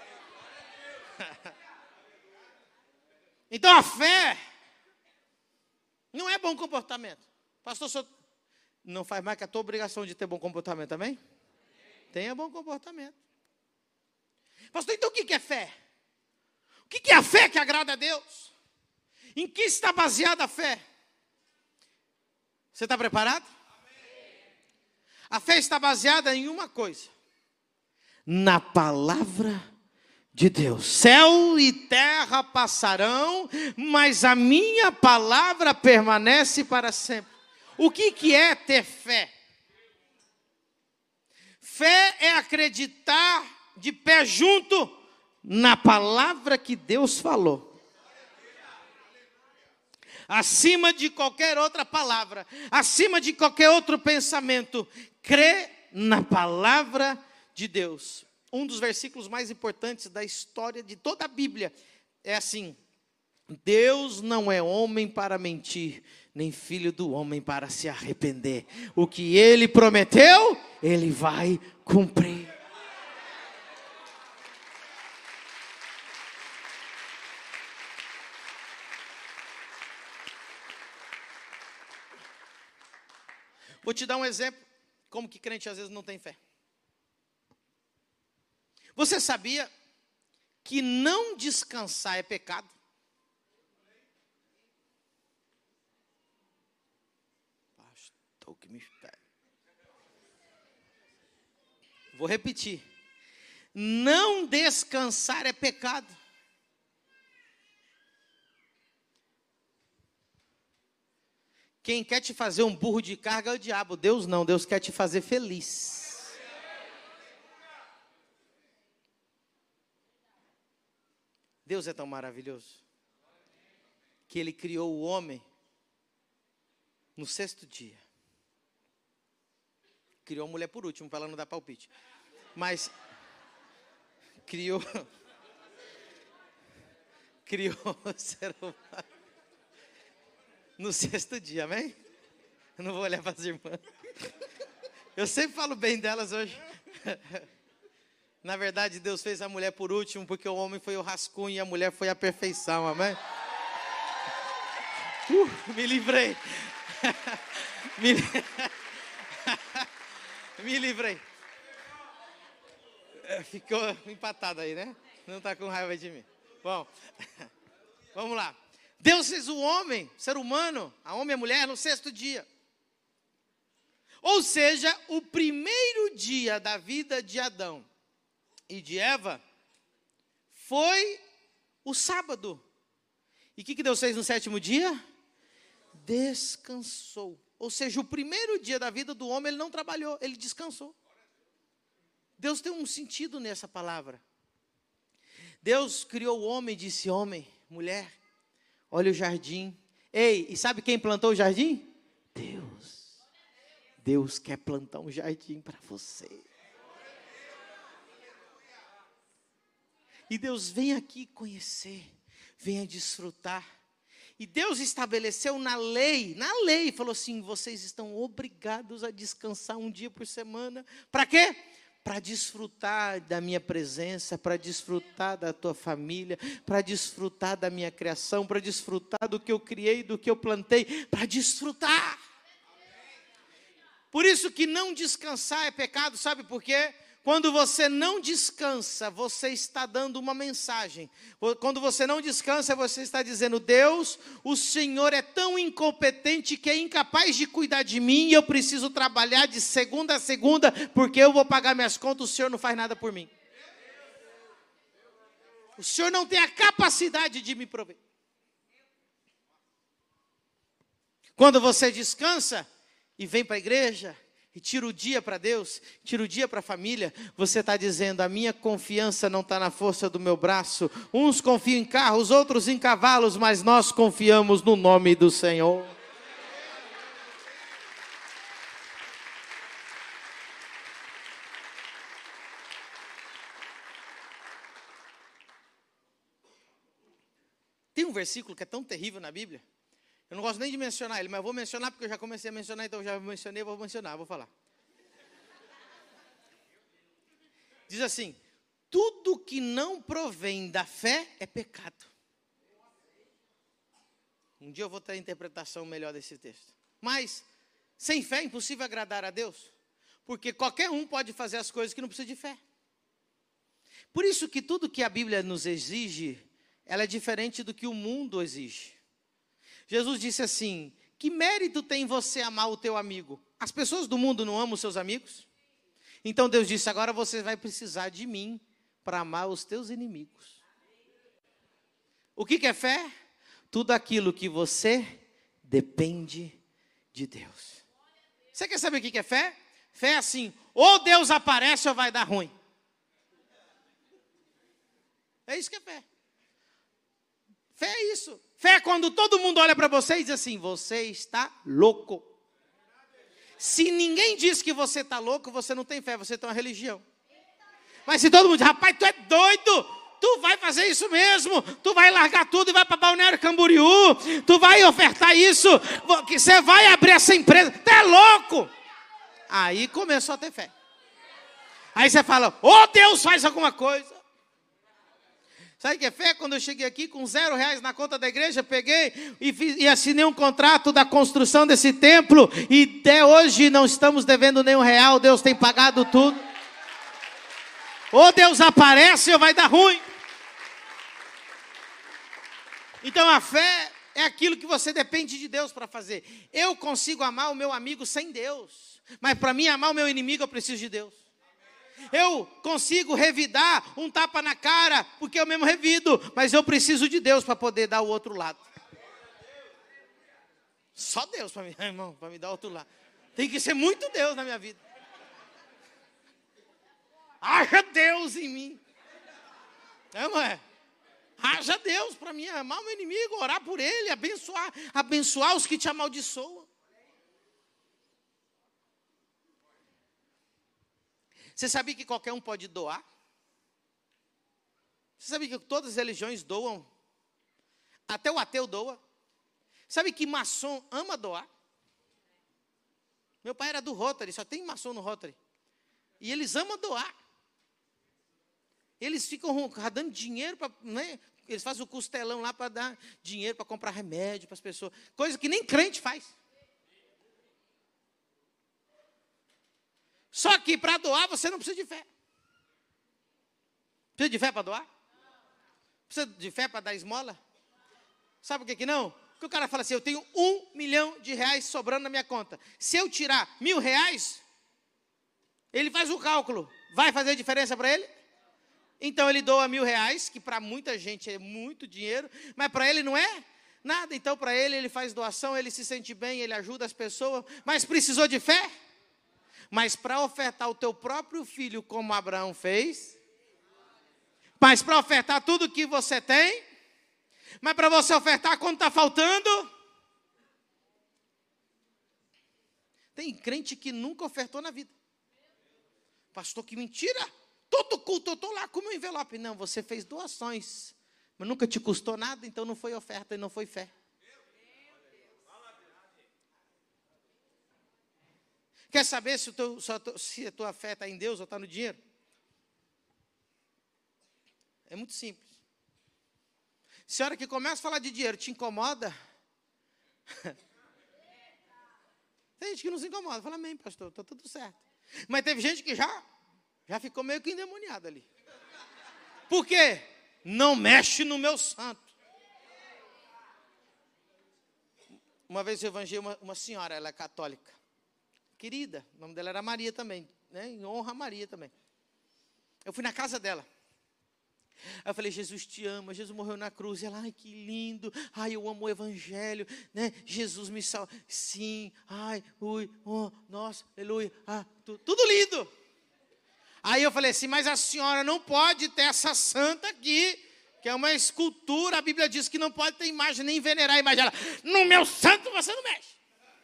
Então a fé não é bom comportamento. Pastor, senhor, não faz mais que a tua obrigação de ter bom comportamento, amém? Tenha bom comportamento. Pastor, então o que é fé? O que é a fé que agrada a Deus? Em que está baseada a fé? Você está preparado? A fé está baseada em uma coisa: na palavra de Deus. Céu e terra passarão, mas a minha palavra permanece para sempre. O que, que é ter fé? Fé é acreditar de pé junto na palavra que Deus falou. Acima de qualquer outra palavra, acima de qualquer outro pensamento, crê na palavra de Deus. Um dos versículos mais importantes da história de toda a Bíblia é assim: Deus não é homem para mentir, nem filho do homem para se arrepender. O que ele prometeu, ele vai cumprir. Vou te dar um exemplo, como que crente às vezes não tem fé. Você sabia que não descansar é pecado? Pastor, que me espera. Vou repetir. Não descansar é pecado. Quem quer te fazer um burro de carga é o diabo. Deus não, Deus quer te fazer feliz. Deus é tão maravilhoso que Ele criou o homem no sexto dia. Criou a mulher por último, para ela não dar palpite. Mas criou, criou o ser humano no sexto dia, amém? Eu não vou olhar para as irmãs. Eu sempre falo bem delas hoje. Na verdade, Deus fez a mulher por último, porque o homem foi o rascunho e a mulher foi a perfeição, amém? Uh, me livrei. me, me livrei. Ficou empatado aí, né? Não está com raiva de mim. Bom, vamos lá. Deus fez o homem, ser humano, a homem e a mulher, no sexto dia. Ou seja, o primeiro dia da vida de Adão e de Eva foi o sábado. E o que, que Deus fez no sétimo dia? Descansou. Ou seja, o primeiro dia da vida do homem, ele não trabalhou, ele descansou. Deus tem um sentido nessa palavra. Deus criou o homem e disse: homem, mulher, olha o jardim. Ei, e sabe quem plantou o jardim? Deus. Deus quer plantar um jardim para você. E Deus vem aqui conhecer, venha desfrutar. E Deus estabeleceu na lei, na lei, falou assim: vocês estão obrigados a descansar um dia por semana. Para quê? Para desfrutar da minha presença, para desfrutar da tua família, para desfrutar da minha criação, para desfrutar do que eu criei, do que eu plantei, para desfrutar. Por isso que não descansar é pecado, sabe por quê? Quando você não descansa, você está dando uma mensagem. Quando você não descansa, você está dizendo: Deus, o Senhor é tão incompetente que é incapaz de cuidar de mim, e eu preciso trabalhar de segunda a segunda, porque eu vou pagar minhas contas, o Senhor não faz nada por mim. O Senhor não tem a capacidade de me prover. Quando você descansa e vem para a igreja, e tira o dia para Deus, tira o dia para a família, você está dizendo: a minha confiança não está na força do meu braço. Uns confiam em carros, outros em cavalos, mas nós confiamos no nome do Senhor. Tem um versículo que é tão terrível na Bíblia. Eu não gosto nem de mencionar ele, mas eu vou mencionar porque eu já comecei a mencionar, então eu já mencionei, vou mencionar, vou falar. Diz assim: tudo que não provém da fé é pecado. Um dia eu vou ter a interpretação melhor desse texto. Mas, sem fé é impossível agradar a Deus, porque qualquer um pode fazer as coisas que não precisa de fé. Por isso que tudo que a Bíblia nos exige, ela é diferente do que o mundo exige. Jesus disse assim: que mérito tem você amar o teu amigo? As pessoas do mundo não amam os seus amigos? Então Deus disse: agora você vai precisar de mim para amar os teus inimigos. O que que é fé? Tudo aquilo que você depende de Deus. Você quer saber o que que é fé? Fé é assim: ou Deus aparece ou vai dar ruim. É isso que é fé. Fé é isso. Fé é quando todo mundo olha para você e diz assim: você está louco. Se ninguém diz que você está louco, você não tem fé, você tem uma religião. Mas se todo mundo diz: rapaz, tu é doido, tu vai fazer isso mesmo, tu vai largar tudo e vai para Balneário Camboriú, tu vai ofertar isso, que você vai abrir essa empresa, tu é louco. Aí começou a ter fé. Aí você fala: ô Deus, faz alguma coisa. Sabe o que é fé? Quando eu cheguei aqui com zero reais na conta da igreja, peguei e, fiz, e assinei um contrato da construção desse templo. E até hoje não estamos devendo nenhum real. Deus tem pagado tudo. Ou Deus aparece ou vai dar ruim. Então a fé é aquilo que você depende de Deus para fazer. Eu consigo amar o meu amigo sem Deus. Mas para mim amar o meu inimigo eu preciso de Deus. Eu consigo revidar um tapa na cara, porque eu mesmo revido, mas eu preciso de Deus para poder dar o outro lado. Só Deus para mim, irmão, para me dar o outro lado. Tem que ser muito Deus na minha vida. Haja Deus em mim. É, não é? Haja Deus para mim amar o meu inimigo, orar por ele, abençoar, abençoar os que te amaldiçoam. Você sabia que qualquer um pode doar? Você sabia que todas as religiões doam? Até o ateu doa. Sabe que maçom ama doar? Meu pai era do Rotary, só tem maçom no Rotary. E eles amam doar. Eles ficam dando dinheiro para... Né? Eles fazem o costelão lá para dar dinheiro, para comprar remédio para as pessoas. Coisa que nem crente faz. Só que para doar você não precisa de fé. Precisa de fé para doar? Precisa de fé para dar esmola? Sabe por que que não? Porque o cara fala assim, eu tenho um milhão de reais sobrando na minha conta. Se eu tirar mil reais, ele faz o cálculo. Vai fazer diferença para ele? Então ele doa mil reais, que para muita gente é muito dinheiro, mas para ele não é nada. Então para ele, ele faz doação, ele se sente bem, ele ajuda as pessoas, mas precisou de fé? Mas para ofertar o teu próprio filho, como Abraão fez, mas para ofertar tudo que você tem, mas para você ofertar quando está faltando, tem crente que nunca ofertou na vida. Pastor, que mentira! Todo culto eu estou lá com o meu envelope. Não, você fez doações, mas nunca te custou nada, então não foi oferta e não foi fé. Quer saber se, o teu, se a tua fé está em Deus ou está no dinheiro? É muito simples. Se a hora que começa a falar de dinheiro te incomoda, tem gente que não se incomoda. Fala, amém, pastor, está tudo certo. Mas teve gente que já, já ficou meio que endemoniada ali. Por quê? Não mexe no meu santo. Uma vez eu evangelizei uma, uma senhora, ela é católica. Querida, o nome dela era Maria também, né? Em honra a Maria também. Eu fui na casa dela. Aí eu falei, Jesus te ama, Jesus morreu na cruz. E ela, ai que lindo, ai eu amo o evangelho, né? Jesus me salva. Sim, ai, ui, oh, nossa, aleluia, ah, tu, tudo lindo. Aí eu falei assim, mas a senhora não pode ter essa santa aqui, que é uma escultura. A Bíblia diz que não pode ter imagem, nem venerar a imagem. Ela, no meu santo você não mexe.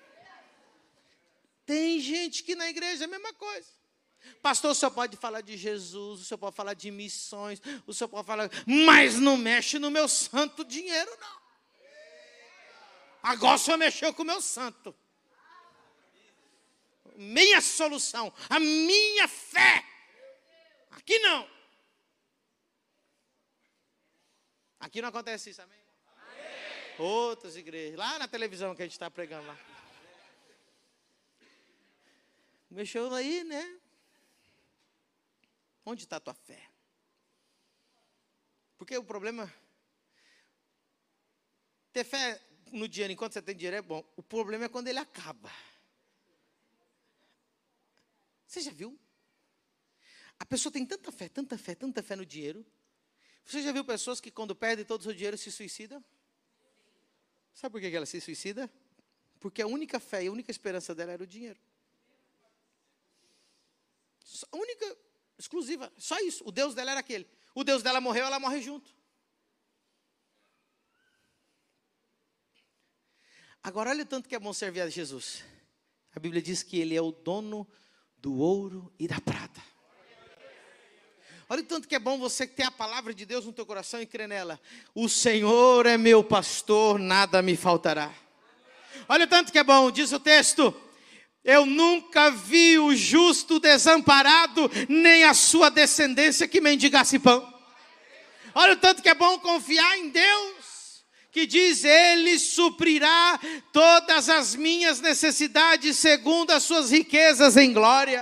Tem gente que na igreja é a mesma coisa. Pastor, o senhor pode falar de Jesus, o senhor pode falar de missões, o senhor pode falar, mas não mexe no meu santo dinheiro, não. Agora o senhor mexeu com o meu santo. Minha solução, a minha fé. Aqui não. Aqui não acontece isso, amém? Amém. Outras igrejas, lá na televisão que a gente está pregando lá. Mexeu aí, né? Onde está a tua fé? Porque o problema... Ter fé no dinheiro enquanto você tem dinheiro é bom. O problema é quando ele acaba. Você já viu? A pessoa tem tanta fé, tanta fé, tanta fé no dinheiro. Você já viu pessoas que quando perdem todo o seu dinheiro se suicidam? Sabe por que ela se suicida? Porque a única fé e a única esperança dela era o dinheiro. A única, exclusiva, só isso. O Deus dela era aquele. O Deus dela morreu, ela morre junto. Agora, olha o tanto que é bom servir a Jesus. A Bíblia diz que Ele é o dono do ouro e da prata. Olha o tanto que é bom você ter a palavra de Deus no teu coração e crer nela. O Senhor é meu pastor, nada me faltará. Olha o tanto que é bom, diz o texto. Eu nunca vi o justo desamparado, nem a sua descendência que mendigasse pão. Olha o tanto que é bom confiar em Deus, que diz: Ele suprirá todas as minhas necessidades segundo as suas riquezas em glória.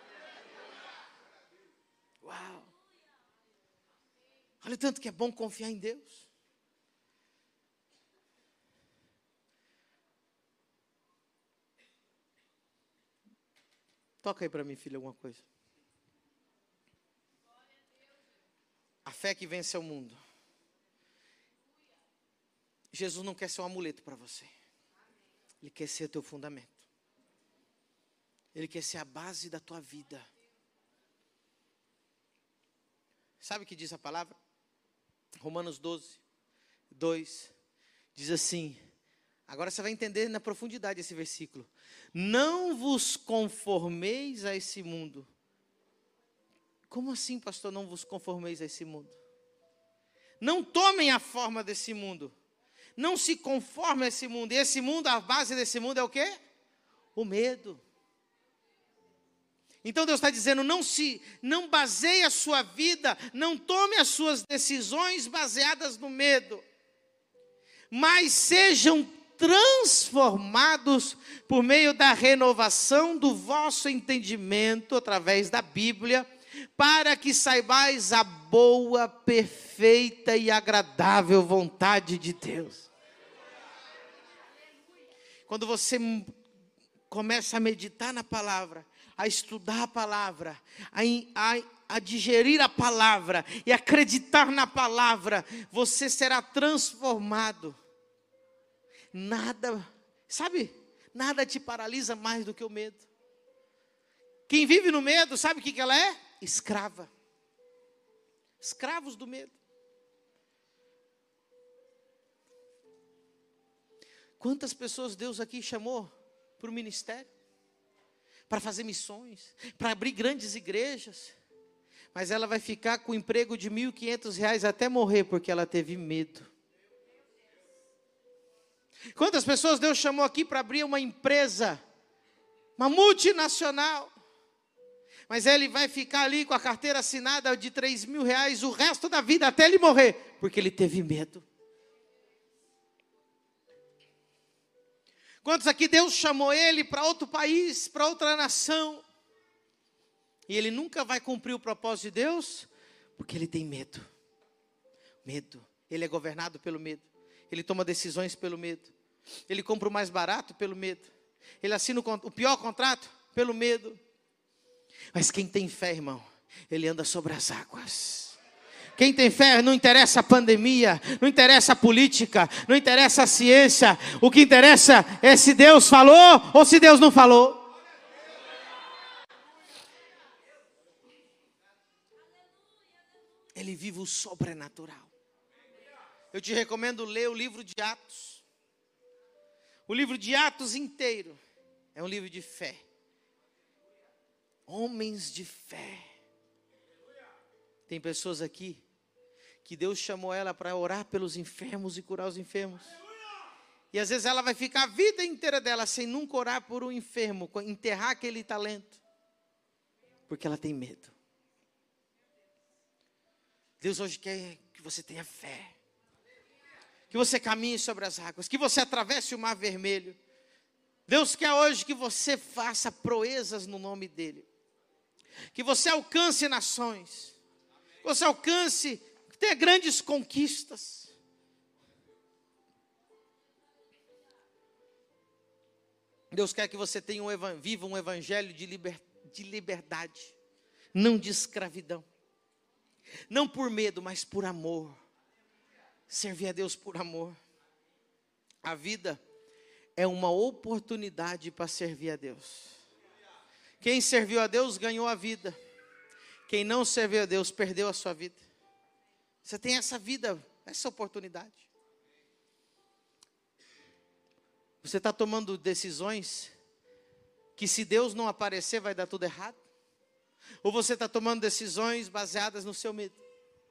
Uau! Olha o tanto que é bom confiar em Deus. Toca aí para mim, filho, alguma coisa. A fé que vence o mundo. Jesus não quer ser um amuleto para você. Ele quer ser o teu fundamento. Ele quer ser a base da tua vida. Sabe o que diz a palavra? Romanos doze, dois. Diz assim. Agora você vai entender na profundidade esse versículo. Não vos conformeis a esse mundo. Como assim, pastor, não vos conformeis a esse mundo? Não tomem a forma desse mundo. Não se conformem a esse mundo. E esse mundo, a base desse mundo é o quê? O medo. Então Deus está dizendo, não se, não baseie a sua vida, não tome as suas decisões baseadas no medo. Mas sejam transformados por meio da renovação do vosso entendimento, através da Bíblia, para que saibais a boa, perfeita e agradável vontade de Deus. Quando você começa a meditar na palavra, a estudar a palavra, a, a, a digerir a palavra e acreditar na palavra, você será transformado. Nada, sabe, nada te paralisa mais do que o medo. Quem vive no medo, sabe o que, que ela é? Escrava. Escravos do medo. Quantas pessoas Deus aqui chamou para o ministério? Para fazer missões, para abrir grandes igrejas. Mas ela vai ficar com um emprego de mil e quinhentos reais até morrer, porque ela teve medo. Quantas pessoas Deus chamou aqui para abrir uma empresa, uma multinacional, mas ele vai ficar ali com a carteira assinada de três mil reais o resto da vida até ele morrer, porque ele teve medo. Quantos aqui Deus chamou ele para outro país, para outra nação, e ele nunca vai cumprir o propósito de Deus, porque ele tem medo. Medo, ele é governado pelo medo. Ele toma decisões pelo medo. Ele compra o mais barato pelo medo. Ele assina o, o pior contrato pelo medo. Mas quem tem fé, irmão, ele anda sobre as águas. Quem tem fé, não interessa a pandemia, não interessa a política, não interessa a ciência. O que interessa é se Deus falou ou se Deus não falou. Ele vive o sobrenatural. Eu te recomendo ler o livro de Atos. O livro de Atos inteiro é um livro de fé. Homens de fé. Tem pessoas aqui que Deus chamou ela para orar pelos enfermos e curar os enfermos. E às vezes ela vai ficar a vida inteira dela sem nunca orar por um enfermo, enterrar aquele talento, porque ela tem medo. Deus hoje quer que você tenha fé. Que você caminhe sobre as águas, que você atravesse o mar vermelho. Deus quer hoje que você faça proezas no nome dEle. Que você alcance nações. Que você alcance, que tenha grandes conquistas. Deus quer que você tenha um, viva um evangelho de, liber, de liberdade, não de escravidão. Não por medo, mas por amor. Servir a Deus por amor. A vida é uma oportunidade para servir a Deus. Quem serviu a Deus ganhou a vida. Quem não serviu a Deus perdeu a sua vida. Você tem essa vida, essa oportunidade. Você está tomando decisões que se Deus não aparecer vai dar tudo errado? Ou você está tomando decisões baseadas no seu medo?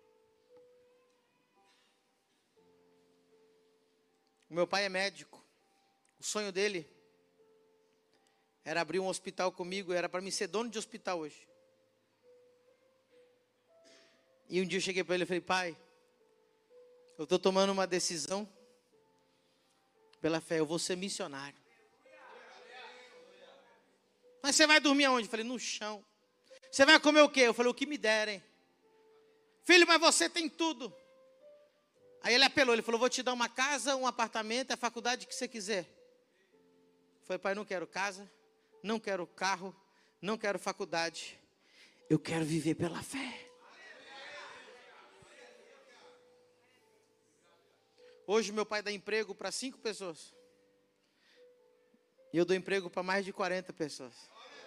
O meu pai é médico. O sonho dele era abrir um hospital comigo. Era para mim ser dono de hospital hoje. E um dia eu cheguei para ele e falei: pai, Eu estou tomando uma decisão pela fé, eu vou ser missionário. Mas você vai dormir aonde? Eu falei, no chão. Você vai comer o quê? Eu falei, o que me derem. Filho, mas você tem tudo. Aí ele apelou, ele falou, vou te dar uma casa, um apartamento, a faculdade que você quiser. Eu falei, pai, não quero casa, não quero carro, não quero faculdade. Eu quero viver pela fé. Hoje meu pai dá emprego para cinco pessoas. E eu dou emprego para mais de quarenta pessoas.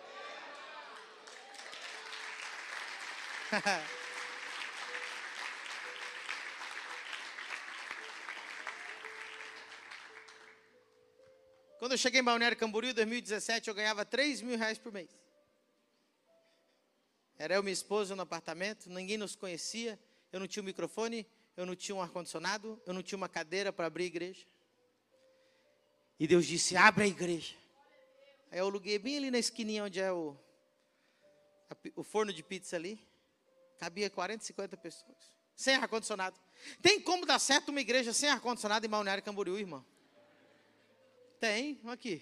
Quando eu cheguei em Balneário Camboriú, em dois mil e dezessete, eu ganhava três mil reais por mês. Era eu e minha esposa no apartamento, ninguém nos conhecia, eu não tinha um microfone, eu não tinha um ar-condicionado, eu não tinha uma cadeira para abrir a igreja. E Deus disse, abre a igreja. Aí eu aluguei bem ali na esquininha onde é o, a, o forno de pizza ali. Cabia quarenta, cinquenta pessoas. Sem ar-condicionado. Tem como dar certo uma igreja sem ar-condicionado em Balneário Camboriú, irmão? Tem, aqui.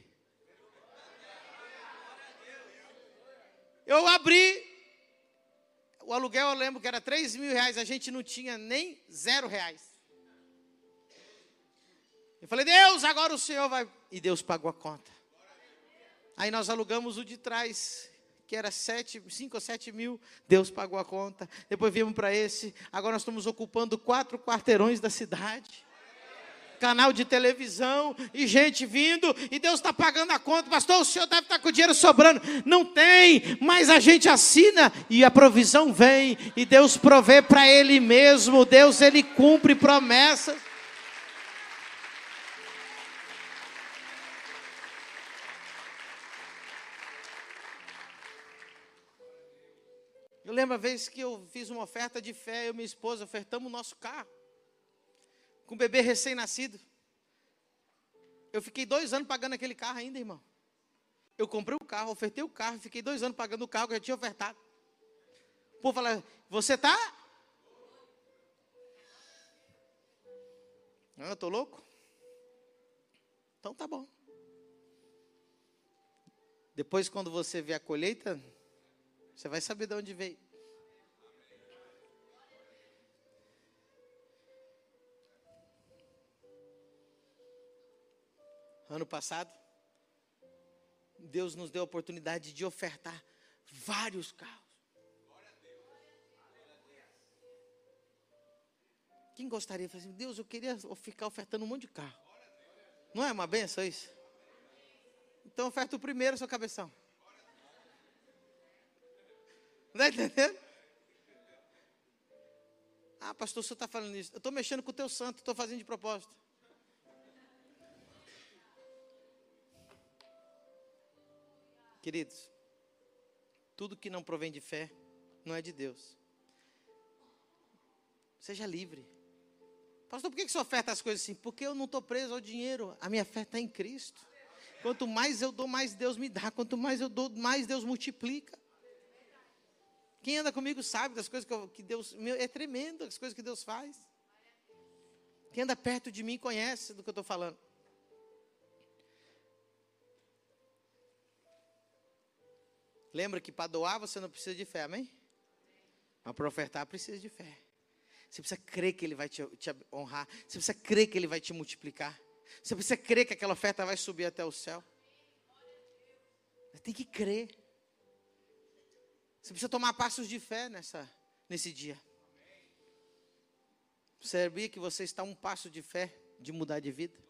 Eu abri. O aluguel, eu lembro que era três mil reais, a gente não tinha nem zero reais. Eu falei, Deus, agora o Senhor vai... E Deus pagou a conta. Aí nós alugamos o de trás, que era sete, cinco ou sete mil, Deus pagou a conta. Depois viemos para esse, agora nós estamos ocupando quatro quarteirões da cidade. Canal de televisão, e gente vindo, e Deus está pagando a conta. Pastor, o senhor deve estar com o dinheiro sobrando. Não tem, mas a gente assina, e a provisão vem, e Deus provê para Ele mesmo. Deus, Ele cumpre promessas. Eu lembro a vez que eu fiz uma oferta de fé, eu e minha esposa ofertamos o nosso carro. Com um bebê recém-nascido. Eu fiquei dois anos pagando aquele carro ainda, irmão. Eu comprei o carro, ofertei o carro, fiquei dois anos pagando o carro que eu já tinha ofertado. O povo fala, você está? Ah, eu estou louco? Então tá bom. Depois, quando você vê a colheita, você vai saber de onde veio. Ano passado, Deus nos deu a oportunidade de ofertar vários carros. Quem gostaria de fazer assim, Deus, eu queria ficar ofertando um monte de carro. Não é uma benção isso? Então oferta o primeiro, seu cabeção. Não está entendendo? Ah, pastor, o senhor está falando isso. Eu estou mexendo com o teu santo, estou fazendo de propósito. Queridos, tudo que não provém de fé não é de Deus. Seja livre. Pastor, por que você oferta as coisas assim? Porque eu não estou preso ao dinheiro. A minha fé está em Cristo. Quanto mais eu dou, mais Deus me dá. Quanto mais eu dou, mais Deus multiplica. Quem anda comigo sabe das coisas que, eu, que Deus... Meu, é tremendo as coisas que Deus faz. Quem anda perto de mim conhece do que eu estou falando. Lembra que para doar você não precisa de fé, amém? Mas para ofertar precisa de fé. Você precisa crer que Ele vai te, te honrar. Você precisa crer que Ele vai te multiplicar. Você precisa crer que aquela oferta vai subir até o céu. Você tem que crer. Você precisa tomar passos de fé nessa, nesse dia. Você sabia que você está a um passo de fé de mudar de vida?